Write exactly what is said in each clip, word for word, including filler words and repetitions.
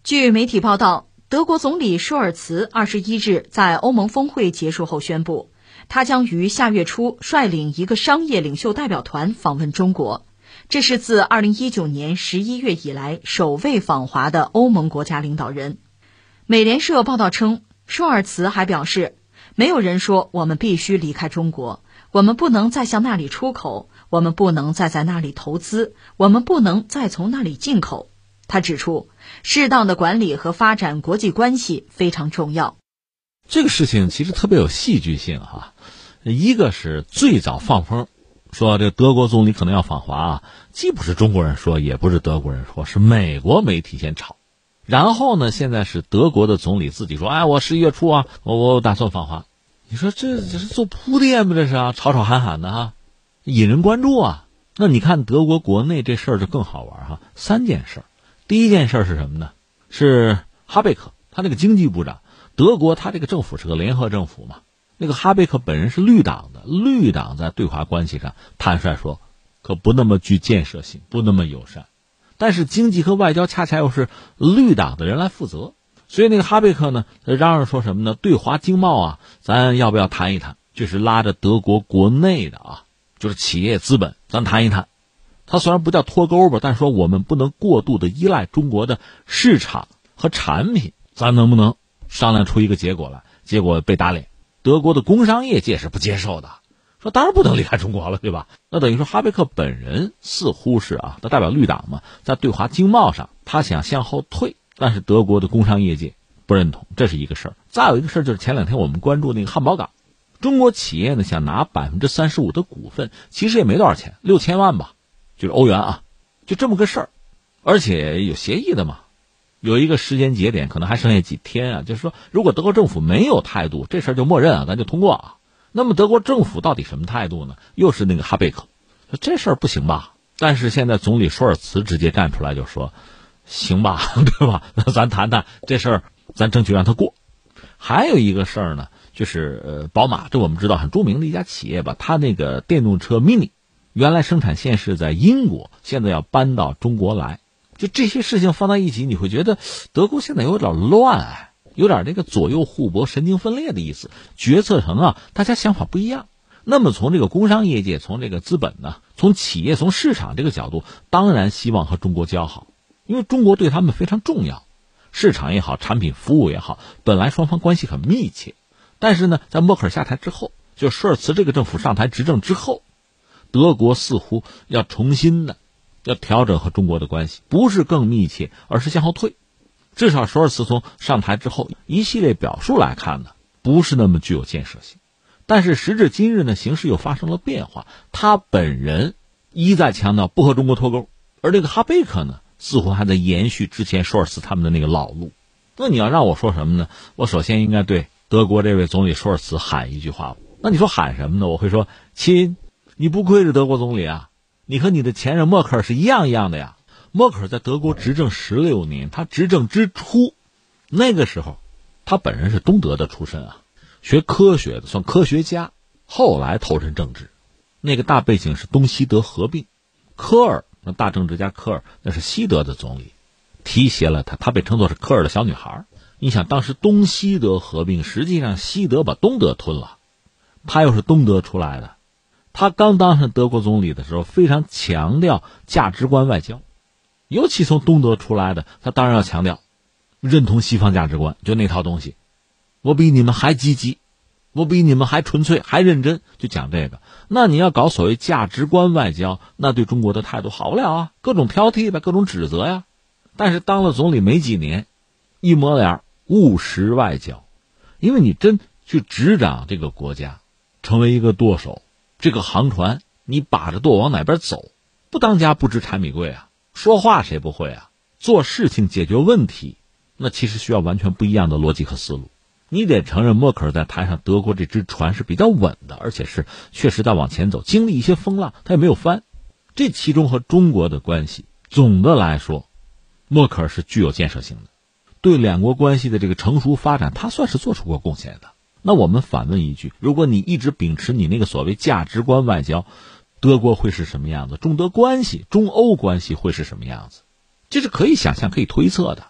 据媒体报道，德国总理舒尔茨二十一日在欧盟峰会结束后宣布，他将于下月初率领一个商业领袖代表团访问中国，这是自二零一九年十一月以来首位访华的欧盟国家领导人。美联社报道称，舒尔茨还表示，没有人说我们必须离开中国，我们不能再向那里出口，我们不能再在那里投资，我们不能再从那里进口。他指出，适当的管理和发展国际关系非常重要。 这个事情其实特别有戏剧性哈，一个是最早放风说这德国总理可能要访华啊，既不是中国人说，也不是德国人说，是美国媒体先炒。然后呢，现在是德国的总理自己说，哎，我十一月初啊，我我打算访华。你说这这是做铺垫吗？这是啊，吵吵喊喊的哈，引人关注啊。那你看德国国内这事儿就更好玩哈，三件事。第一件事是什么呢？是哈贝克，他这个经济部长。德国他这个政府是个联合政府嘛，那个哈贝克本人是绿党的，绿党在对华关系上坦率说可不那么具建设性，不那么友善。但是经济和外交恰恰又是绿党的人来负责，所以那个哈贝克呢嚷嚷说什么呢？对华经贸啊，咱要不要谈一谈？就是拉着德国国内的啊，就是企业资本，咱谈一谈。他虽然不叫脱钩吧，但是说我们不能过度的依赖中国的市场和产品，咱能不能商量出一个结果来？结果被打脸，德国的工商业界是不接受的，说当然不能离开中国了，对吧？那等于说哈贝克本人似乎是啊，他代表绿党嘛，在对华经贸上他想向后退，但是德国的工商业界不认同，这是一个事儿。再有一个事儿就是前两天我们关注那个汉堡港，中国企业呢想拿百分之三十五的股份，其实也没多少钱，六千万吧，就是欧元啊，就这么个事儿，而且有协议的嘛。有一个时间节点，可能还剩下几天啊，就是说如果德国政府没有态度，这事儿就默认啊，咱就通过啊。那么德国政府到底什么态度呢？又是那个哈贝克，这事儿不行吧？但是现在总理舒尔茨直接站出来就说行吧，对吧？那咱谈谈这事儿，咱争取让他过。还有一个事儿呢，就是呃，宝马，这我们知道很著名的一家企业吧，它那个电动车 Mini 原来生产线是在英国，现在要搬到中国来。就这些事情放在一起，你会觉得德国现在有点乱，哎，有点这个左右互搏、神经分裂的意思。决策层啊，大家想法不一样。那么从这个工商业界、从这个资本呢、从企业、从市场这个角度，当然希望和中国交好，因为中国对他们非常重要，市场也好，产品服务也好，本来双方关系很密切。但是呢，在默克尔下台之后，就舒尔茨这个政府上台执政之后，德国似乎要重新的要调整和中国的关系，不是更密切，而是向后退。至少舒尔茨从上台之后一系列表述来看呢，不是那么具有建设性。但是时至今日呢，形势又发生了变化，他本人一再强调不和中国脱钩，而这个哈贝克呢，似乎还在延续之前舒尔茨他们的那个老路。那你要让我说什么呢？我首先应该对德国这位总理舒尔茨喊一句话。那你说喊什么呢？我会说，亲，你不愧是德国总理啊，你和你的前任默克尔是一样一样的呀。默克尔在德国执政十六年，他执政之初，那个时候他本人是东德的出身啊，学科学的，算科学家，后来投身政治。那个大背景是东西德合并，科尔，那大政治家科尔，那是西德的总理，提携了他，他被称作是科尔的小女孩。你想当时东西德合并，实际上西德把东德吞了，他又是东德出来的。他刚当上德国总理的时候，非常强调价值观外交，尤其从东德出来的，他当然要强调认同西方价值观，就那套东西，我比你们还积极，我比你们还纯粹还认真，就讲这个。那你要搞所谓价值观外交，那对中国的态度好不了啊，各种挑剔呗，各种指责呀。但是当了总理没几年，一抹脸务实外交，因为你真去执掌这个国家，成为一个舵手，这个航船你把着舵往哪边走，不当家不知柴米贵啊，说话谁不会啊，做事情解决问题，那其实需要完全不一样的逻辑和思路。你得承认默克尔在台上，德国这只船是比较稳的，而且是确实在往前走，经历一些风浪他也没有翻。这其中和中国的关系总的来说，默克尔是具有建设性的，对两国关系的这个成熟发展他算是做出过贡献的。那我们反问一句，如果你一直秉持你那个所谓价值观外交，德国会是什么样子？中德关系、中欧关系会是什么样子？这是可以想象可以推测的。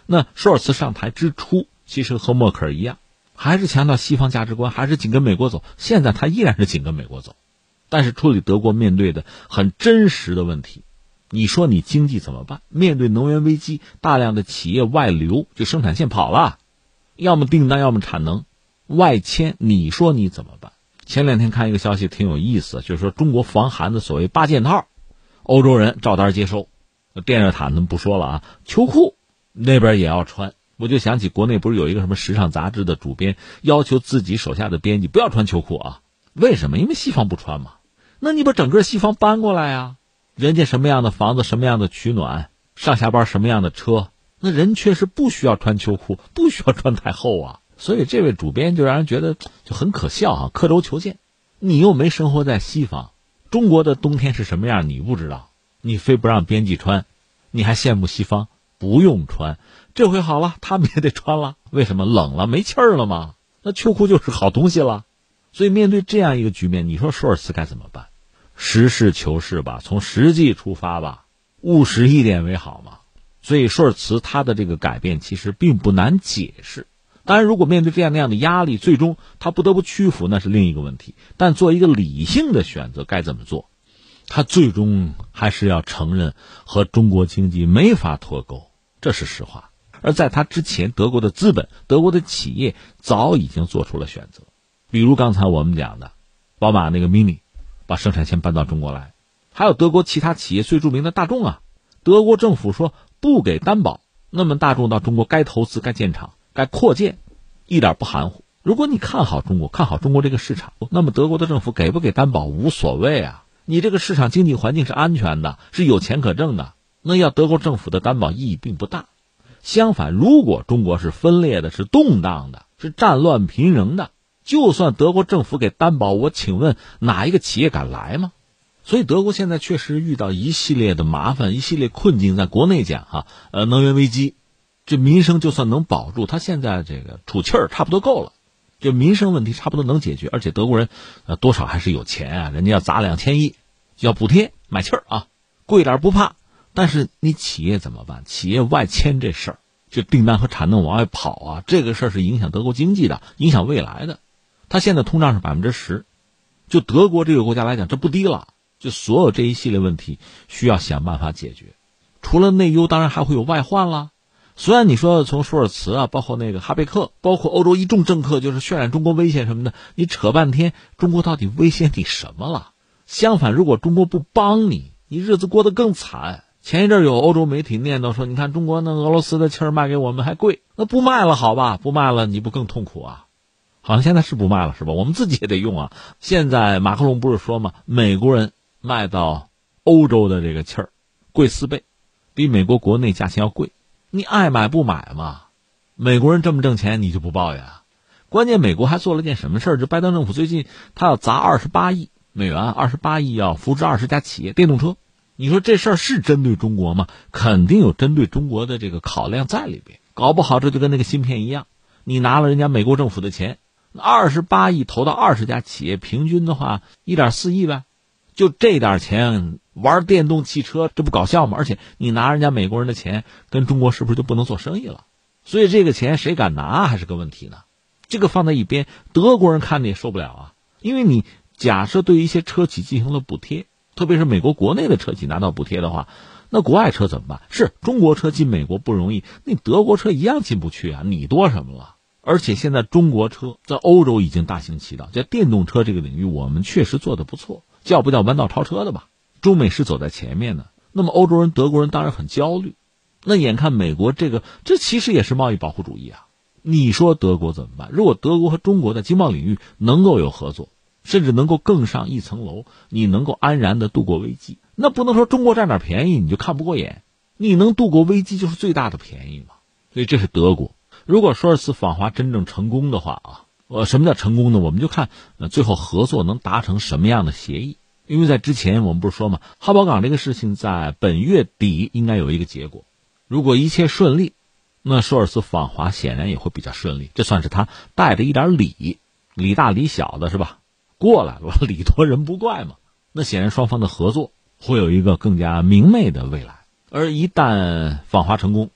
那舒尔茨上台之初，其实和默克尔一样，还是强调西方价值观，还是紧跟美国走。现在他依然是紧跟美国走，但是处理德国面对的很真实的问题，你说你经济怎么办？面对能源危机，大量的企业外流，就生产线跑了，要么订单，要么产能外迁，你说你怎么办？前两天看一个消息挺有意思，就是说中国防寒的所谓八件套，欧洲人照单接收，电热毯咱不说了啊，秋裤那边也要穿。我就想起国内不是有一个什么时尚杂志的主编要求自己手下的编辑不要穿秋裤啊？为什么？因为西方不穿嘛。那你把整个西方搬过来啊，人家什么样的房子，什么样的取暖，上下班什么样的车，那人确实不需要穿秋裤，不需要穿太厚啊。所以这位主编就让人觉得就很可笑啊，刻舟求剑。你又没生活在西方，中国的冬天是什么样你不知道，你非不让编辑穿，你还羡慕西方不用穿。这回好了，他们也得穿了，为什么？冷了，没气儿了吗？那秋裤就是好东西了。所以面对这样一个局面，你说舒尔茨该怎么办？实事求是吧，从实际出发吧，务实一点为好嘛。所以舒尔茨他的这个改变其实并不难解释。当然如果面对这样那样的压力，最终他不得不屈服，那是另一个问题。但做一个理性的选择该怎么做，他最终还是要承认和中国经济没法脱钩，这是实话。而在他之前，德国的资本，德国的企业早已经做出了选择。比如刚才我们讲的宝马那个 Mini 把生产线搬到中国来，还有德国其他企业最著名的大众啊，德国政府说不给担保，那么大众到中国该投资该建厂该扩建一点不含糊。如果你看好中国，看好中国这个市场，那么德国的政府给不给担保无所谓啊，你这个市场经济环境是安全的，是有钱可挣的，那要德国政府的担保意义并不大。相反，如果中国是分裂的，是动荡的，是战乱频仍的，就算德国政府给担保，我请问哪一个企业敢来吗？所以德国现在确实遇到一系列的麻烦，一系列困境。在国内讲哈，呃，能源危机，这民生就算能保住，他现在这个储气儿差不多够了，这民生问题差不多能解决。而且德国人呃多少还是有钱啊，人家要砸两千亿，要补贴买气儿啊，贵点不怕。但是你企业怎么办？企业外迁这事儿，就订单和产能往外跑啊，这个事儿是影响德国经济的，影响未来的。他现在通胀是百分之十，就德国这个国家来讲，这不低了。就所有这一系列问题需要想办法解决。除了内忧，当然还会有外患啦。虽然你说从舒尔茨啊，包括那个哈贝克，包括欧洲一众政客，就是渲染中国威胁什么的，你扯半天，中国到底威胁你什么了？相反，如果中国不帮你，你日子过得更惨。前一阵有欧洲媒体念叨说，你看中国那俄罗斯的气儿卖给我们还贵，那不卖了好吧，不卖了你不更痛苦啊？好像现在是不卖了是吧？我们自己也得用啊。现在马克龙不是说嘛，美国人卖到欧洲的这个气儿贵四倍，比美国国内价钱要贵，你爱买不买嘛？美国人这么挣钱你就不抱怨啊？关键美国还做了件什么事儿？就拜登政府最近他要砸二十八亿美元，二十八亿要扶持二十家企业电动车。你说这事儿是针对中国吗？肯定有针对中国的这个考量在里边。搞不好这就跟那个芯片一样，你拿了人家美国政府的钱，二十八亿投到二十家企业，平均的话一点四亿呗。就这点钱玩电动汽车，这不搞笑吗？而且你拿人家美国人的钱，跟中国是不是就不能做生意了？所以这个钱谁敢拿还是个问题呢？这个放在一边，德国人看着也受不了啊。因为你假设对一些车企进行了补贴，特别是美国国内的车企拿到补贴的话，那国外车怎么办？是中国车进美国不容易，那德国车一样进不去啊，你多什么了？而且现在中国车在欧洲已经大行其道，在电动车这个领域我们确实做得不错，叫不叫弯道超车的吧？中美是走在前面的。那么欧洲人德国人当然很焦虑，那眼看美国这个这其实也是贸易保护主义啊，你说德国怎么办？如果德国和中国在经贸领域能够有合作，甚至能够更上一层楼，你能够安然的度过危机，那不能说中国占点便宜你就看不过眼，你能度过危机就是最大的便宜嘛。所以这是德国。如果舒尔茨访华真正成功的话啊，呃，什么叫成功呢？我们就看呃最后合作能达成什么样的协议。因为在之前我们不是说嘛，哈宝港这个事情在本月底应该有一个结果，如果一切顺利，那舒尔茨访华显然也会比较顺利，这算是他带着一点礼，礼大礼小的是吧？过来了，礼多人不怪嘛。那显然双方的合作会有一个更加明媚的未来。而一旦访华成功，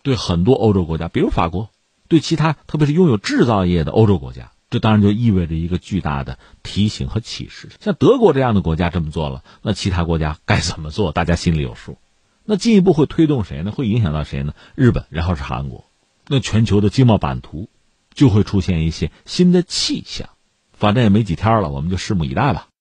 对很多欧洲国家，比如法国，对其他特别是拥有制造业的欧洲国家，这当然就意味着一个巨大的提醒和启示。像德国这样的国家这么做了，那其他国家该怎么做，大家心里有数。那进一步会推动谁呢？会影响到谁呢？日本，然后是韩国。那全球的经贸版图就会出现一些新的气象。反正也没几天了，我们就拭目以待吧。